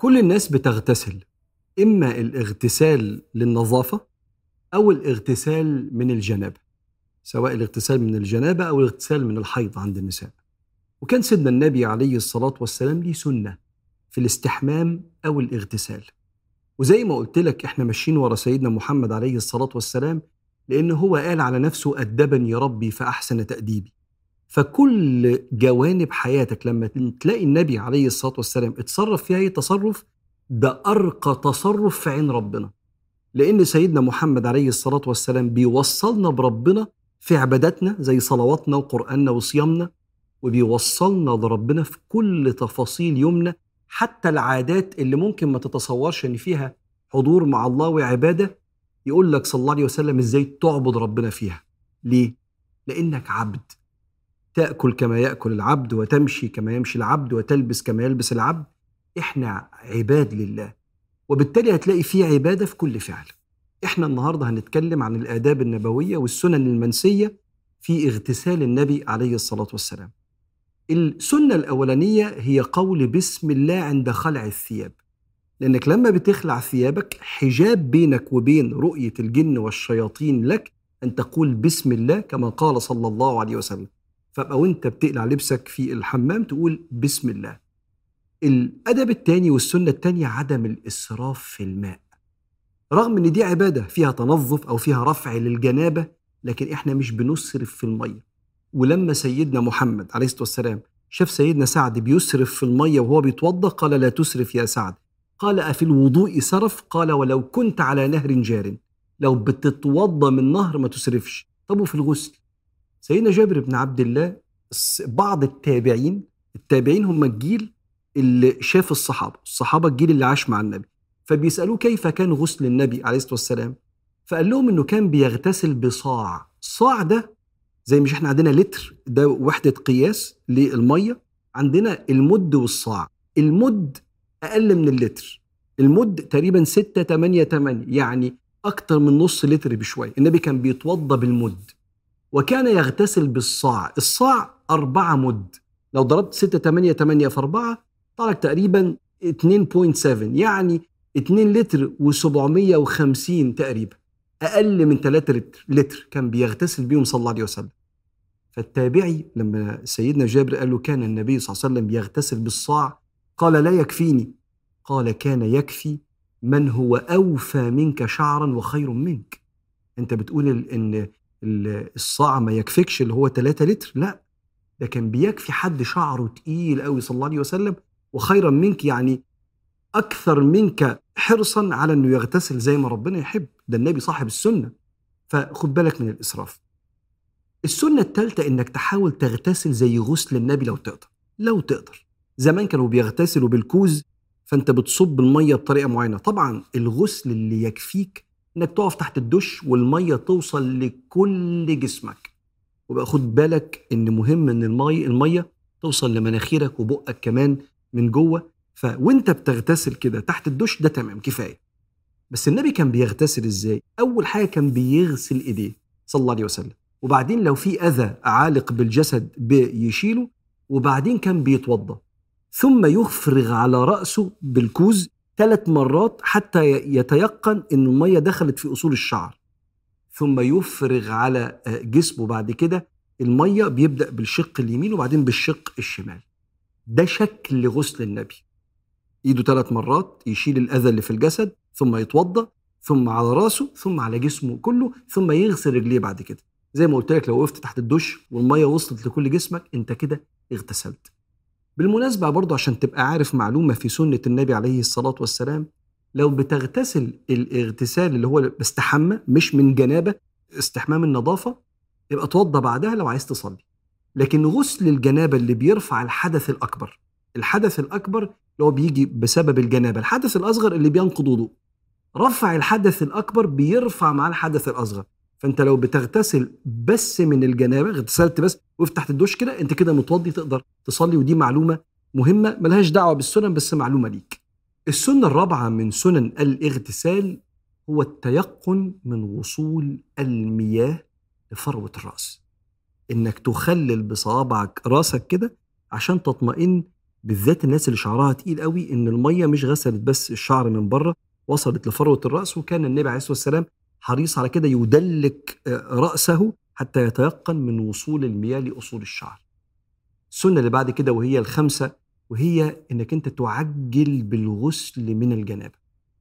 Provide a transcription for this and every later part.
كل الناس بتغتسل، إما الاغتسال للنظافة أو الاغتسال من الجنابة، سواء الاغتسال من الجنابة أو الاغتسال من الحيض عند النساء. وكان سيدنا النبي عليه الصلاة والسلام ليه سنة في الاستحمام أو الاغتسال. وزي ما قلت لك احنا ماشيين ورا سيدنا محمد عليه الصلاة والسلام، لأنه هو قال على نفسه أدبني ربي فأحسن تأديبي. فكل جوانب حياتك لما تلاقي النبي عليه الصلاة والسلام اتصرف فيها أي تصرف، ده أرقى تصرف في عين ربنا، لأن سيدنا محمد عليه الصلاة والسلام بيوصلنا بربنا في عباداتنا زي صلواتنا وقرآننا وصيامنا، وبيوصلنا لربنا في كل تفاصيل يومنا، حتى العادات اللي ممكن ما تتصورش ان فيها حضور مع الله وعبادة. يقول لك صلى الله عليه وسلم ازاي تعبد ربنا فيها. ليه؟ لأنك عبد، تأكل كما يأكل العبد، وتمشي كما يمشي العبد، وتلبس كما يلبس العبد. احنا عباد لله، وبالتالي هتلاقي فيه عبادة في كل فعل. احنا النهاردة هنتكلم عن الآداب النبوية والسنن المنسية في اغتسال النبي عليه الصلاة والسلام. السنة الأولانية هي قول بسم الله عند خلع الثياب، لأنك لما بتخلع ثيابك حجاب بينك وبين رؤية الجن والشياطين لك أن تقول بسم الله كما قال صلى الله عليه وسلم. فبقى وانت بتقلع لبسك في الحمام تقول بسم الله. الأدب الثاني والسنة الثانية عدم الإسراف في الماء، رغم ان دي عبادة فيها تنظف او فيها رفع للجنابة، لكن احنا مش بنسرف في المية. ولما سيدنا محمد عليه الصلاة والسلام شاف سيدنا سعد بيسرف في المية وهو بيتوضى، قال لا تسرف يا سعد. قال أفي الوضوء سرف؟ قال ولو كنت على نهر جار، لو بتتوضى من نهر ما تسرفش. طب وفي الغسل؟ سيدنا جابر بن عبد الله، بعض التابعين هم الجيل اللي شاف الصحابة الجيل اللي عاش مع النبي، فبيسألوه كيف كان غسل النبي عليه الصلاة والسلام، فقال لهم إنه كان بيغتسل بصاع. صاع ده زي مش احنا عندنا لتر، ده وحدة قياس للمية، عندنا المد والصاع. المد أقل من اللتر، المد تقريبا 6-8 يعني أكتر من نص لتر بشوية. النبي كان بيتوضى بالمد، وكان يغتسل بالصاع. الصاع 4 مد، لو ضربت 6-8 في 4 طلعت تقريبا 2.7، يعني 2 لتر و750 تقريبا، أقل من 3 لتر كان بيغتسل بيهم صلى الله عليه وسلم. فالتابعي لما سيدنا جابر قال له كان النبي صلى الله عليه وسلم بيغتسل بالصاع، قال لا يكفيني. قال كان يكفي من هو أوفى منك شعرا وخير منك. أنت بتقول إن الصاع ما يكفيكش اللي هو 3 لتر، لا، ده كان بيكفي حد شعره تقيل قوي صلى الله عليه وسلم، وخيرا منك يعني أكثر منك حرصا على أنه يغتسل زي ما ربنا يحب. ده النبي صاحب السنة، فخد بالك من الإسراف. السنة الثالثة إنك تحاول تغتسل زي غسل النبي لو تقدر. زمان كانوا بيغتسلوا بالكوز، فأنت بتصب المية بطريقة معينة. طبعا الغسل اللي يكفيك إنك تقف تحت الدش والمية توصل لكل جسمك، وبقى خد بالك إن مهم إن المية توصل لمناخيرك وبقك كمان من جوه. وانت بتغتسل كده تحت الدش ده تمام كفاية. بس النبي كان بيغتسل ازاي؟ اول حاجة كان بيغسل ايديه صلى الله عليه وسلم، وبعدين لو في اذى عالق بالجسد بيشيله، وبعدين كان بيتوضى، ثم يفرغ على رأسه بالكوز 3 مرات حتى يتيقن ان المية دخلت في اصول الشعر، ثم يفرغ على جسمه. بعد كده المية بيبدأ بالشق اليمين وبعدين بالشق الشمال. ده شكل غسل النبي، ايده 3 مرات يشيل الاذى اللي في الجسد، ثم يتوضا، ثم على راسه، ثم على جسمه كله، ثم يغسل رجليه بعد كده. زي ما قلت لك لو وقفت تحت الدش والميه وصلت لكل جسمك انت كده اغتسلت. بالمناسبه برضو عشان تبقى عارف معلومه في سنه النبي عليه الصلاه والسلام، لو بتغتسل الاغتسال اللي هو بستحمى مش من جنابه، استحمام النظافه، يبقى توضى بعدها لو عايز تصلي. لكن غسل الجنابه اللي بيرفع الحدث الاكبر، الحدث الأكبر اللي هو بيجي بسبب الجنابة، الحدث الأصغر اللي بينقض وضوء. رفع الحدث الأكبر بيرفع مع الحدث الأصغر. فأنت لو بتغتسل بس من الجنابة، اغتسلت بس وقفت تحت الدش كده، أنت كده متوضي تقدر تصلي. ودي معلومة مهمة ملهاش دعوة بالسنن، بس معلومة ليك. السنة الرابعة من سنن الاغتسال هو التيقن من وصول المياه لفروة الرأس، إنك تخلل بصوابعك راسك كده عشان تطمئن بالذات الناس اللي شعرها تقيل قوي، ان الميه مش غسلت بس الشعر من بره، وصلت لفروه الراس. وكان النبي عليه الصلاه والسلام حريص على كده، يدلك راسه حتى يتيقن من وصول المياه لاصول الشعر. السنه اللي بعد كده وهي الخامسه، وهي انك انت تعجل بالغسل من الجنابه.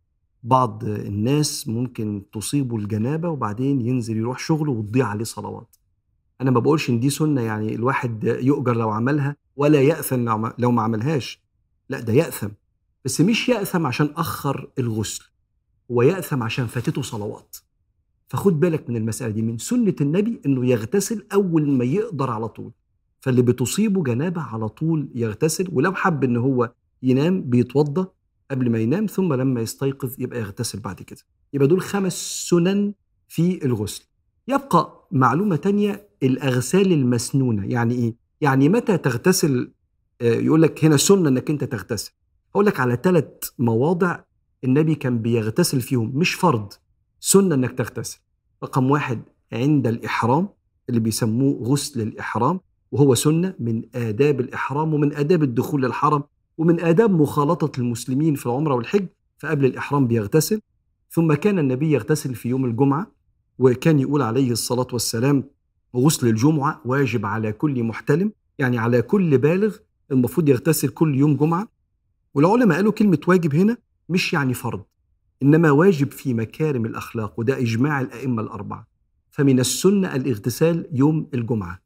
بعض الناس ممكن تصيبه الجنابه وبعدين ينزل يروح شغله وتضيع عليه صلوات. انا ما بقولش ان دي سنه يعني الواحد يؤجر لو عملها ولا يأثم لو ما عملهاش، لا ده يأثم، بس مش يأثم عشان أخر الغسل، هو يأثم عشان فاتته صلوات. فخد بالك من المسألة دي، من سنة النبي إنه يغتسل أول ما يقدر على طول. فاللي بتصيبه جنابة على طول يغتسل، ولو حب إن هو ينام بيتوضى قبل ما ينام، ثم لما يستيقظ يبقى يغتسل بعد كده. يبقى دول 5 سنن في الغسل. يبقى معلومة تانية، الأغسال المسنونة يعني إيه؟ يعني متى تغتسل؟ يقول لك هنا سنة إنك أنت تغتسل. أقول لك على 3 مواضع النبي كان بيغتسل فيهم، مش فرض، سنة إنك تغتسل. رقم 1 عند الإحرام، اللي بيسموه غسل الإحرام، وهو سنة من آداب الإحرام ومن آداب الدخول للحرم ومن آداب مخالطة المسلمين في العمرة والحج. فقبل الإحرام بيغتسل. ثم كان النبي يغتسل في يوم الجمعة، وكان يقول عليه الصلاة والسلام: غسل الجمعة واجب على كل محتلم، يعني على كل بالغ المفروض يغتسل كل يوم جمعة. والعلماء قالوا كلمة واجب هنا مش يعني فرض، إنما واجب في مكارم الأخلاق، وده إجماع الأئمة الأربعة. فمن السنة الاغتسال يوم الجمعة.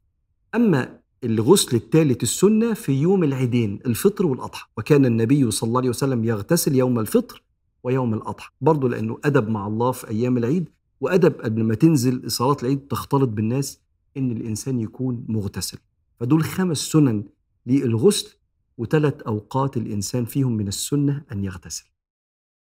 أما الغسل الثالث السنة في يوم العيدين، الفطر والأضحى، وكان النبي صلى الله عليه وسلم يغتسل يوم الفطر ويوم الأضحى، برضه لأنه أدب مع الله في أيام العيد، وأدب قبل ما تنزل صلاة العيد تختلط بالناس إن الإنسان يكون مغتسل. فدول 5 سنن للغسل، و3 أوقات الإنسان فيهم من السنة أن يغتسل.